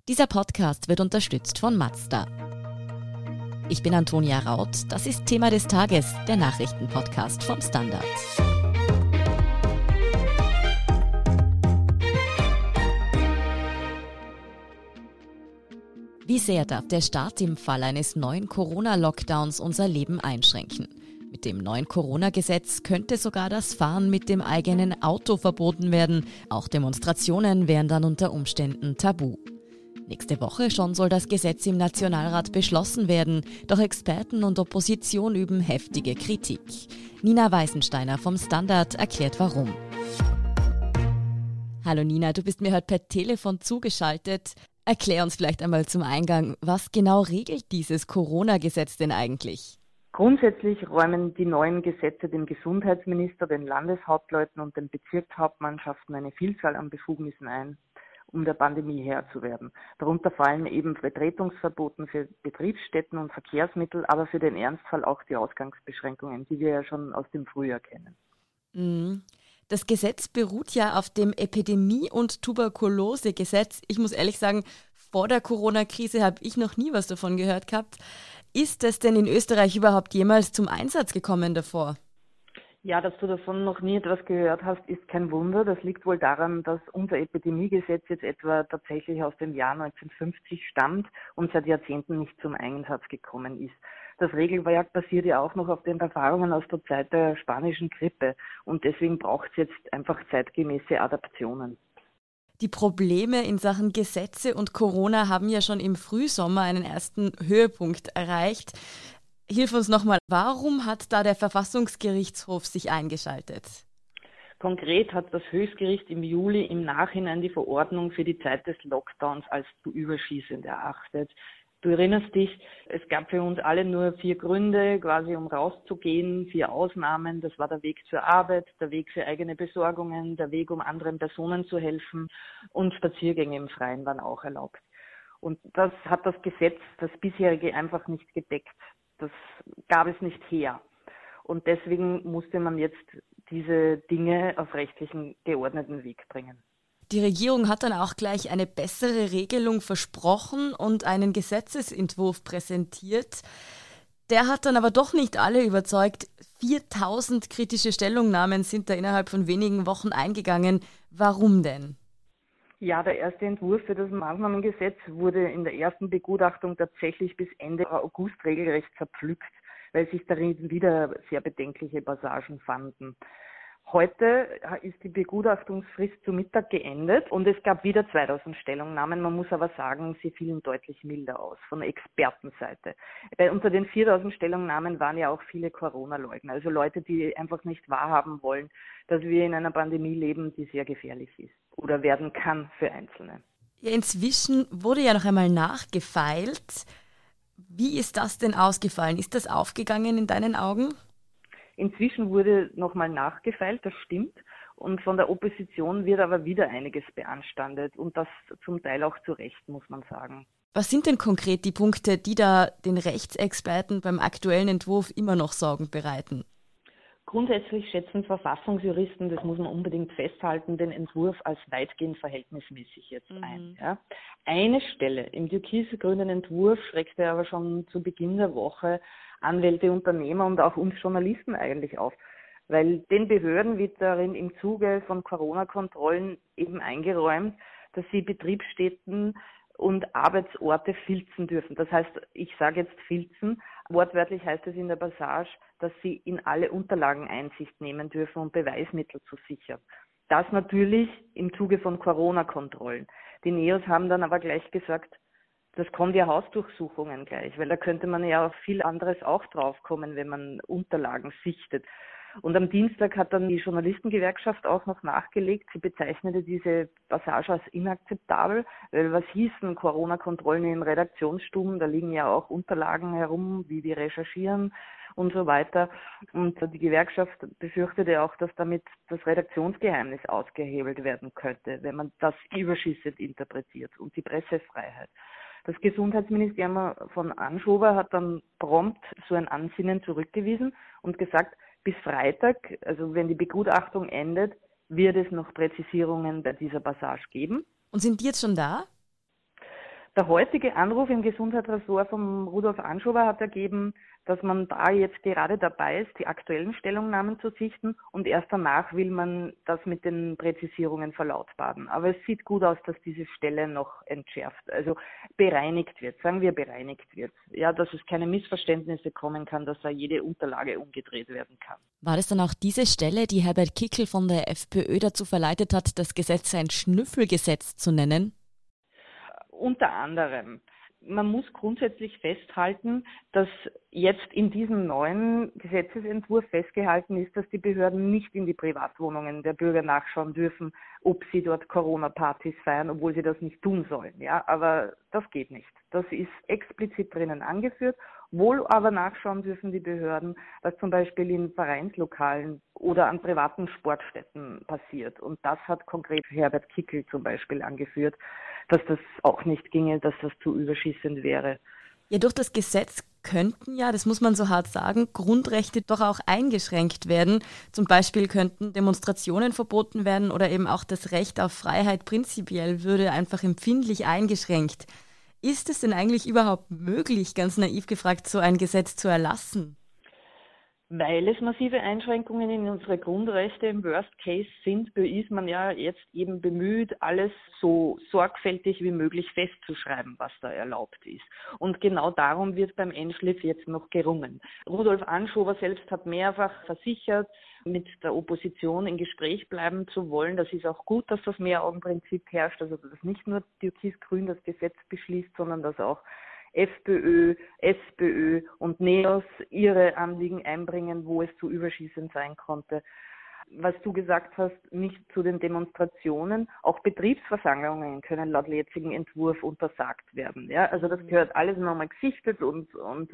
Dieser Podcast wird unterstützt von Mazda. Ich bin Antonia Raut, das ist Thema des Tages, der Nachrichtenpodcast vom Standard. Wie sehr darf der Staat im Fall eines neuen Corona-Lockdowns unser Leben einschränken? Mit dem neuen Corona-Gesetz könnte sogar das Fahren mit dem eigenen Auto verboten werden. Auch Demonstrationen wären dann unter Umständen tabu. Nächste Woche schon soll das Gesetz im Nationalrat beschlossen werden, doch Experten und Opposition üben heftige Kritik. Nina Weißensteiner vom Standard erklärt warum. Hallo Nina, du bist mir heute per Telefon zugeschaltet. Erklär uns vielleicht einmal zum Eingang, was genau regelt dieses Corona-Gesetz denn eigentlich? Grundsätzlich räumen die neuen Gesetze dem Gesundheitsminister, den Landeshauptleuten und den Bezirkshauptmannschaften eine Vielzahl an Befugnissen ein, um der Pandemie Herr zu werden. Darunter fallen eben Betretungsverboten für Betriebsstätten und Verkehrsmittel, aber für den Ernstfall auch die Ausgangsbeschränkungen, die wir ja schon aus dem Frühjahr kennen. Das Gesetz beruht ja auf dem Epidemie- und Tuberkulose-Gesetz. Ich muss ehrlich sagen, vor der Corona-Krise habe ich noch nie was davon gehört gehabt. Ist es denn in Österreich überhaupt jemals zum Einsatz gekommen davor? Ja, dass du davon noch nie etwas gehört hast, ist kein Wunder. Das liegt wohl daran, dass unser Epidemiegesetz jetzt etwa tatsächlich aus dem Jahr 1950 stammt und seit Jahrzehnten nicht zum Einsatz gekommen ist. Das Regelwerk basiert ja auch noch auf den Erfahrungen aus der Zeit der spanischen Grippe und deswegen braucht es jetzt einfach zeitgemäße Adaptionen. Die Probleme in Sachen Gesetze und Corona haben ja schon im Frühsommer einen ersten Höhepunkt erreicht. Hilf uns nochmal, warum hat da der Verfassungsgerichtshof sich eingeschaltet? Konkret hat das Höchstgericht im Juli im Nachhinein die Verordnung für die Zeit des Lockdowns als zu überschießend erachtet. Du erinnerst dich, es gab für uns alle nur 4 Gründe, quasi um rauszugehen, 4 Ausnahmen. Das war der Weg zur Arbeit, der Weg für eigene Besorgungen, der Weg, um anderen Personen zu helfen und Spaziergänge im Freien waren auch erlaubt. Und das hat das Gesetz, das bisherige, einfach nicht gedeckt. Das gab es nicht her. Und deswegen musste man jetzt diese Dinge auf rechtlichen geordneten Weg bringen. Die Regierung hat dann auch gleich eine bessere Regelung versprochen und einen Gesetzesentwurf präsentiert. Der hat dann aber doch nicht alle überzeugt. 4000 kritische Stellungnahmen sind da innerhalb von wenigen Wochen eingegangen. Warum denn? Ja, der erste Entwurf für das Maßnahmengesetz wurde in der ersten Begutachtung tatsächlich bis Ende August regelrecht zerpflückt, weil sich darin wieder sehr bedenkliche Passagen fanden. Heute ist die Begutachtungsfrist zu Mittag geendet und es gab wieder 2000 Stellungnahmen. Man muss aber sagen, sie fielen deutlich milder aus von der Expertenseite. Unter den 4000 Stellungnahmen waren ja auch viele Corona-Leugner, also Leute, die einfach nicht wahrhaben wollen, dass wir in einer Pandemie leben, die sehr gefährlich ist oder werden kann für Einzelne. Ja, inzwischen wurde ja noch einmal nachgefeilt. Wie ist das denn ausgefallen? Ist das aufgegangen in deinen Augen? Inzwischen wurde nochmal nachgefeilt, das stimmt. Und von der Opposition wird aber wieder einiges beanstandet. Und das zum Teil auch zu Recht, muss man sagen. Was sind denn konkret die Punkte, die da den Rechtsexperten beim aktuellen Entwurf immer noch Sorgen bereiten? Grundsätzlich schätzen Verfassungsjuristen, das muss man unbedingt festhalten, den Entwurf als weitgehend verhältnismäßig jetzt ein. Ja. Eine Stelle im türkisgrünen Entwurf schreckte aber schon zu Beginn der Woche Anwälte, Unternehmer und auch uns Journalisten eigentlich auf, weil den Behörden wird darin im Zuge von Corona-Kontrollen eben eingeräumt, dass sie Betriebsstätten und Arbeitsorte filzen dürfen. Das heißt, ich sage jetzt filzen, wortwörtlich heißt es in der Passage, dass sie in alle Unterlagen Einsicht nehmen dürfen, um Beweismittel zu sichern. Das natürlich im Zuge von Corona-Kontrollen. Die NEOS haben dann aber gleich gesagt, das kommt ja Hausdurchsuchungen gleich, weil da könnte man ja auf viel anderes auch draufkommen, wenn man Unterlagen sichtet. Und am Dienstag hat dann die Journalistengewerkschaft auch noch nachgelegt. Sie bezeichnete diese Passage als inakzeptabel, weil was hießen Corona-Kontrollen in Redaktionsstuben, da liegen ja auch Unterlagen herum, wie wir recherchieren und so weiter. Und die Gewerkschaft befürchtete auch, dass damit das Redaktionsgeheimnis ausgehebelt werden könnte, wenn man das überschießend interpretiert und die Pressefreiheit. Das Gesundheitsministerium von Anschober hat dann prompt so ein Ansinnen zurückgewiesen und gesagt, bis Freitag, also wenn die Begutachtung endet, wird es noch Präzisierungen bei dieser Passage geben. Und sind die jetzt schon da? Der heutige Anruf im Gesundheitsressort von Rudolf Anschober hat ergeben, dass man da jetzt gerade dabei ist, die aktuellen Stellungnahmen zu sichten und erst danach will man das mit den Präzisierungen verlautbaren. Aber es sieht gut aus, dass diese Stelle noch entschärft, also bereinigt wird, sagen wir bereinigt wird. Ja, dass es keine Missverständnisse kommen kann, dass da jede Unterlage umgedreht werden kann. War das dann auch diese Stelle, die Herbert Kickl von der FPÖ dazu verleitet hat, das Gesetz ein Schnüffelgesetz zu nennen? Unter anderem. Man muss grundsätzlich festhalten, dass jetzt in diesem neuen Gesetzesentwurf festgehalten ist, dass die Behörden nicht in die Privatwohnungen der Bürger nachschauen dürfen, ob sie dort Corona-Partys feiern, obwohl sie das nicht tun sollen. Ja, aber das geht nicht. Das ist explizit drinnen angeführt. Wohl aber nachschauen dürfen die Behörden, was zum Beispiel in Vereinslokalen oder an privaten Sportstätten passiert. Und das hat konkret Herbert Kickl zum Beispiel angeführt, dass das auch nicht ginge, dass das zu überschießend wäre. Ja, durch das Gesetz könnten ja, das muss man so hart sagen, Grundrechte doch auch eingeschränkt werden. Zum Beispiel könnten Demonstrationen verboten werden oder eben auch das Recht auf Freiheit prinzipiell würde einfach empfindlich eingeschränkt. Ist es denn eigentlich überhaupt möglich, ganz naiv gefragt, so ein Gesetz zu erlassen? Weil es massive Einschränkungen in unsere Grundrechte im Worst Case sind, ist man ja jetzt eben bemüht, alles so sorgfältig wie möglich festzuschreiben, was da erlaubt ist. Und genau darum wird beim Endschliff jetzt noch gerungen. Rudolf Anschober selbst hat mehrfach versichert, mit der Opposition in Gespräch bleiben zu wollen. Das ist auch gut, dass das Mehraugenprinzip herrscht, also dass nicht nur Türkis-Grün das Gesetz beschließt, sondern dass auch FPÖ, SPÖ und NEOS ihre Anliegen einbringen, wo es zu überschießend sein konnte. Was du gesagt hast, nicht zu den Demonstrationen, auch Betriebsversammlungen können laut jetzigen Entwurf untersagt werden. Ja, also das gehört alles nochmal gesichtet und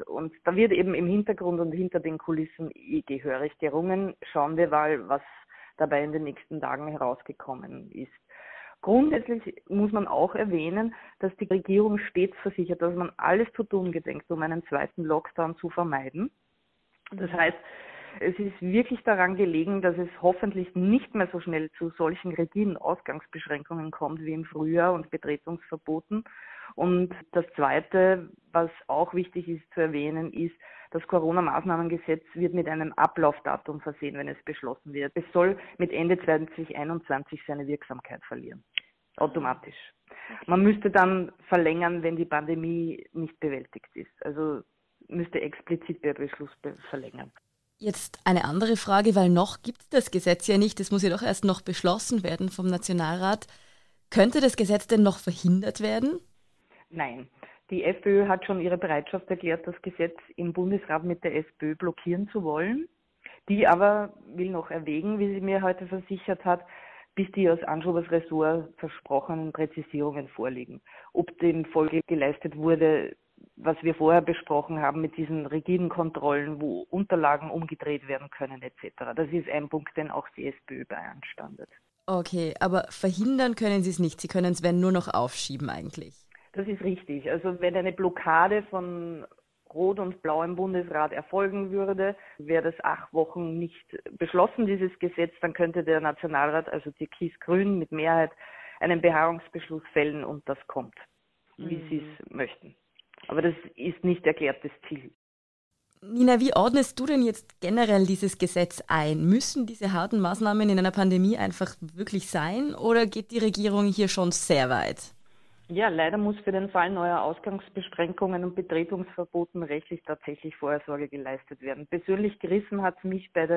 da wird eben im Hintergrund und hinter den Kulissen gehörig gerungen. Schauen wir mal, was dabei in den nächsten Tagen herausgekommen ist. Grundsätzlich muss man auch erwähnen, dass die Regierung stets versichert, dass man alles zu tun gedenkt, um einen zweiten Lockdown zu vermeiden. Das heißt, es ist wirklich daran gelegen, dass es hoffentlich nicht mehr so schnell zu solchen rigiden Ausgangsbeschränkungen kommt wie im Frühjahr und Betretungsverboten. Und das Zweite, was auch wichtig ist zu erwähnen, ist, das Corona-Maßnahmengesetz wird mit einem Ablaufdatum versehen, wenn es beschlossen wird. Es soll mit Ende 2021 seine Wirksamkeit verlieren. Automatisch. Man müsste dann verlängern, wenn die Pandemie nicht bewältigt ist. Also müsste explizit der Beschluss verlängern. Jetzt eine andere Frage, weil noch gibt es das Gesetz ja nicht. Das muss ja doch erst noch beschlossen werden vom Nationalrat. Könnte das Gesetz denn noch verhindert werden? Nein. Die FPÖ hat schon ihre Bereitschaft erklärt, das Gesetz im Bundesrat mit der SPÖ blockieren zu wollen. Die aber will noch erwägen, wie sie mir heute versichert hat, bis die aus Anschobers Ressort versprochenen Präzisierungen vorliegen. Ob dem Folge geleistet wurde, was wir vorher besprochen haben mit diesen rigiden Kontrollen, wo Unterlagen umgedreht werden können etc. Das ist ein Punkt, den auch die SPÖ beanstandet. Okay, aber verhindern können Sie es nicht. Sie können es, wenn, nur noch aufschieben eigentlich. Das ist richtig. Also wenn eine Blockade von Rot und Blau im Bundesrat erfolgen würde, wäre das 8 Wochen nicht beschlossen, dieses Gesetz, dann könnte der Nationalrat, also Türkis-Grün mit Mehrheit, einen Beharrungsbeschluss fällen und das kommt, wie sie es möchten. Aber das ist nicht erklärtes Ziel. Nina, wie ordnest du denn jetzt generell dieses Gesetz ein? Müssen diese harten Maßnahmen in einer Pandemie einfach wirklich sein oder geht die Regierung hier schon sehr weit? Ja, leider muss für den Fall neuer Ausgangsbeschränkungen und Betretungsverboten rechtlich tatsächlich Vorsorge geleistet werden. Persönlich gerissen hat es mich bei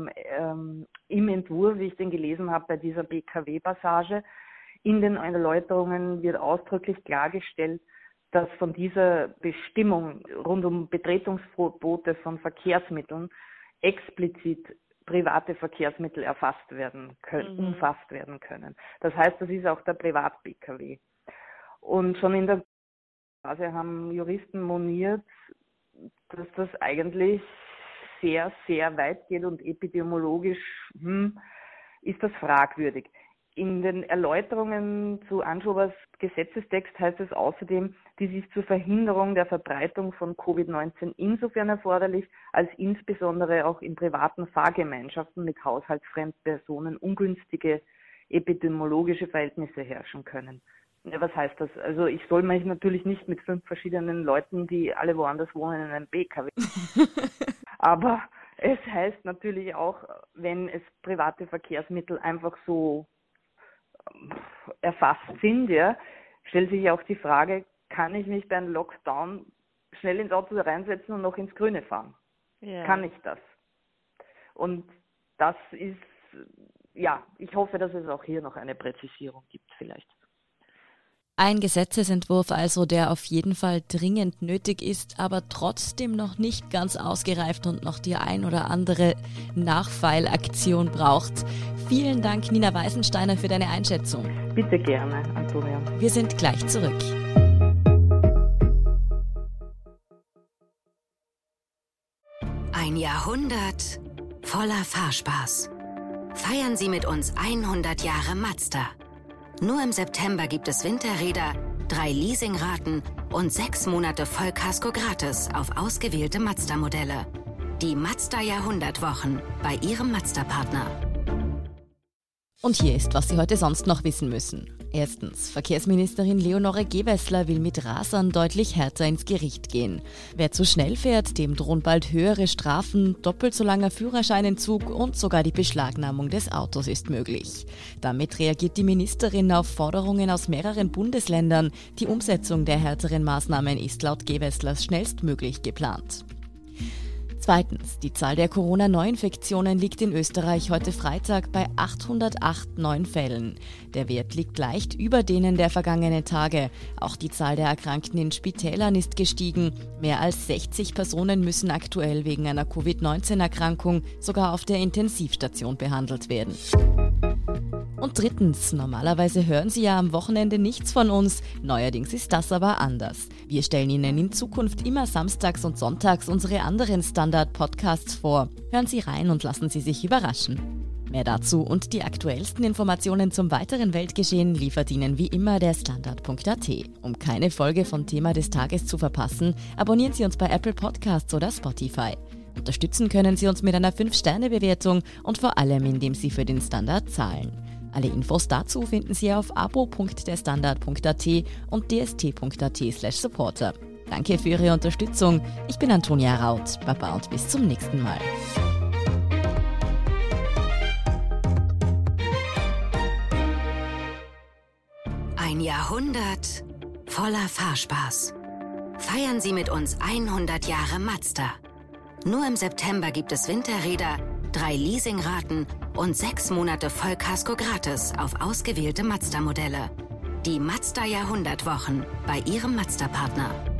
im Entwurf, wie ich den gelesen habe, bei dieser BKW-Passage. In den Erläuterungen wird ausdrücklich klargestellt, dass von dieser Bestimmung rund um Betretungsverbote von Verkehrsmitteln explizit private Verkehrsmittel erfasst werden können, umfasst werden können. Das heißt, das ist auch der Privat-BKW. Und schon in der Phase haben Juristen moniert, dass das eigentlich sehr, sehr weit geht und epidemiologisch ist das fragwürdig. In den Erläuterungen zu Anschobers Gesetzestext heißt es außerdem, dies ist zur Verhinderung der Verbreitung von Covid-19 insofern erforderlich, als insbesondere auch in privaten Fahrgemeinschaften mit haushaltsfremden Personen ungünstige epidemiologische Verhältnisse herrschen können. Ja, was heißt das? Also ich soll mich natürlich nicht mit 5 verschiedenen Leuten, die alle woanders wohnen, in einem BKW. Aber es heißt natürlich auch, wenn es private Verkehrsmittel einfach so erfasst sind, ja, stellt sich auch die Frage, kann ich mich bei einem Lockdown schnell ins Auto reinsetzen und noch ins Grüne fahren? Ja. Kann ich das? Und das ist, ja, ich hoffe, dass es auch hier noch eine Präzisierung gibt vielleicht. Ein Gesetzesentwurf also, der auf jeden Fall dringend nötig ist, aber trotzdem noch nicht ganz ausgereift und noch die ein oder andere Nachfeilaktion braucht. Vielen Dank, Nina Weisensteiner, für deine Einschätzung. Bitte gerne, Antonia. Wir sind gleich zurück. Ein Jahrhundert voller Fahrspaß. Feiern Sie mit uns 100 Jahre Mazda. Nur im September gibt es Winterräder, 3 Leasingraten und 6 Monate Vollkasko gratis auf ausgewählte Mazda-Modelle. Die Mazda Jahrhundertwochen bei Ihrem Mazda-Partner. Und hier ist, was Sie heute sonst noch wissen müssen. Erstens, Verkehrsministerin Leonore Gewessler will mit Rasern deutlich härter ins Gericht gehen. Wer zu schnell fährt, dem drohen bald höhere Strafen, doppelt so langer Führerscheinentzug und sogar die Beschlagnahmung des Autos ist möglich. Damit reagiert die Ministerin auf Forderungen aus mehreren Bundesländern. Die Umsetzung der härteren Maßnahmen ist laut Gewesslers schnellstmöglich geplant. Zweitens, die Zahl der Corona-Neuinfektionen liegt in Österreich heute Freitag bei 808 neuen Fällen. Der Wert liegt leicht über denen der vergangenen Tage. Auch die Zahl der Erkrankten in Spitälern ist gestiegen. Mehr als 60 Personen müssen aktuell wegen einer Covid-19-Erkrankung sogar auf der Intensivstation behandelt werden. Und drittens, normalerweise hören Sie ja am Wochenende nichts von uns, neuerdings ist das aber anders. Wir stellen Ihnen in Zukunft immer samstags und sonntags unsere anderen Standard-Podcasts vor. Hören Sie rein und lassen Sie sich überraschen. Mehr dazu und die aktuellsten Informationen zum weiteren Weltgeschehen liefert Ihnen wie immer der Standard.at. Um keine Folge von Thema des Tages zu verpassen, abonnieren Sie uns bei Apple Podcasts oder Spotify. Unterstützen können Sie uns mit einer 5-Sterne-Bewertung und vor allem, indem Sie für den Standard zahlen. Alle Infos dazu finden Sie auf abo.derstandard.at und dst.at/supporter. Danke für Ihre Unterstützung. Ich bin Antonia Raut. Baba und bis zum nächsten Mal. Ein Jahrhundert voller Fahrspaß. Feiern Sie mit uns 100 Jahre Mazda. Nur im September gibt es Winterräder, 3 Leasingraten und 6 Monate Vollkasko gratis auf ausgewählte Mazda-Modelle. Die Mazda Jahrhundertwochen bei Ihrem Mazda-Partner.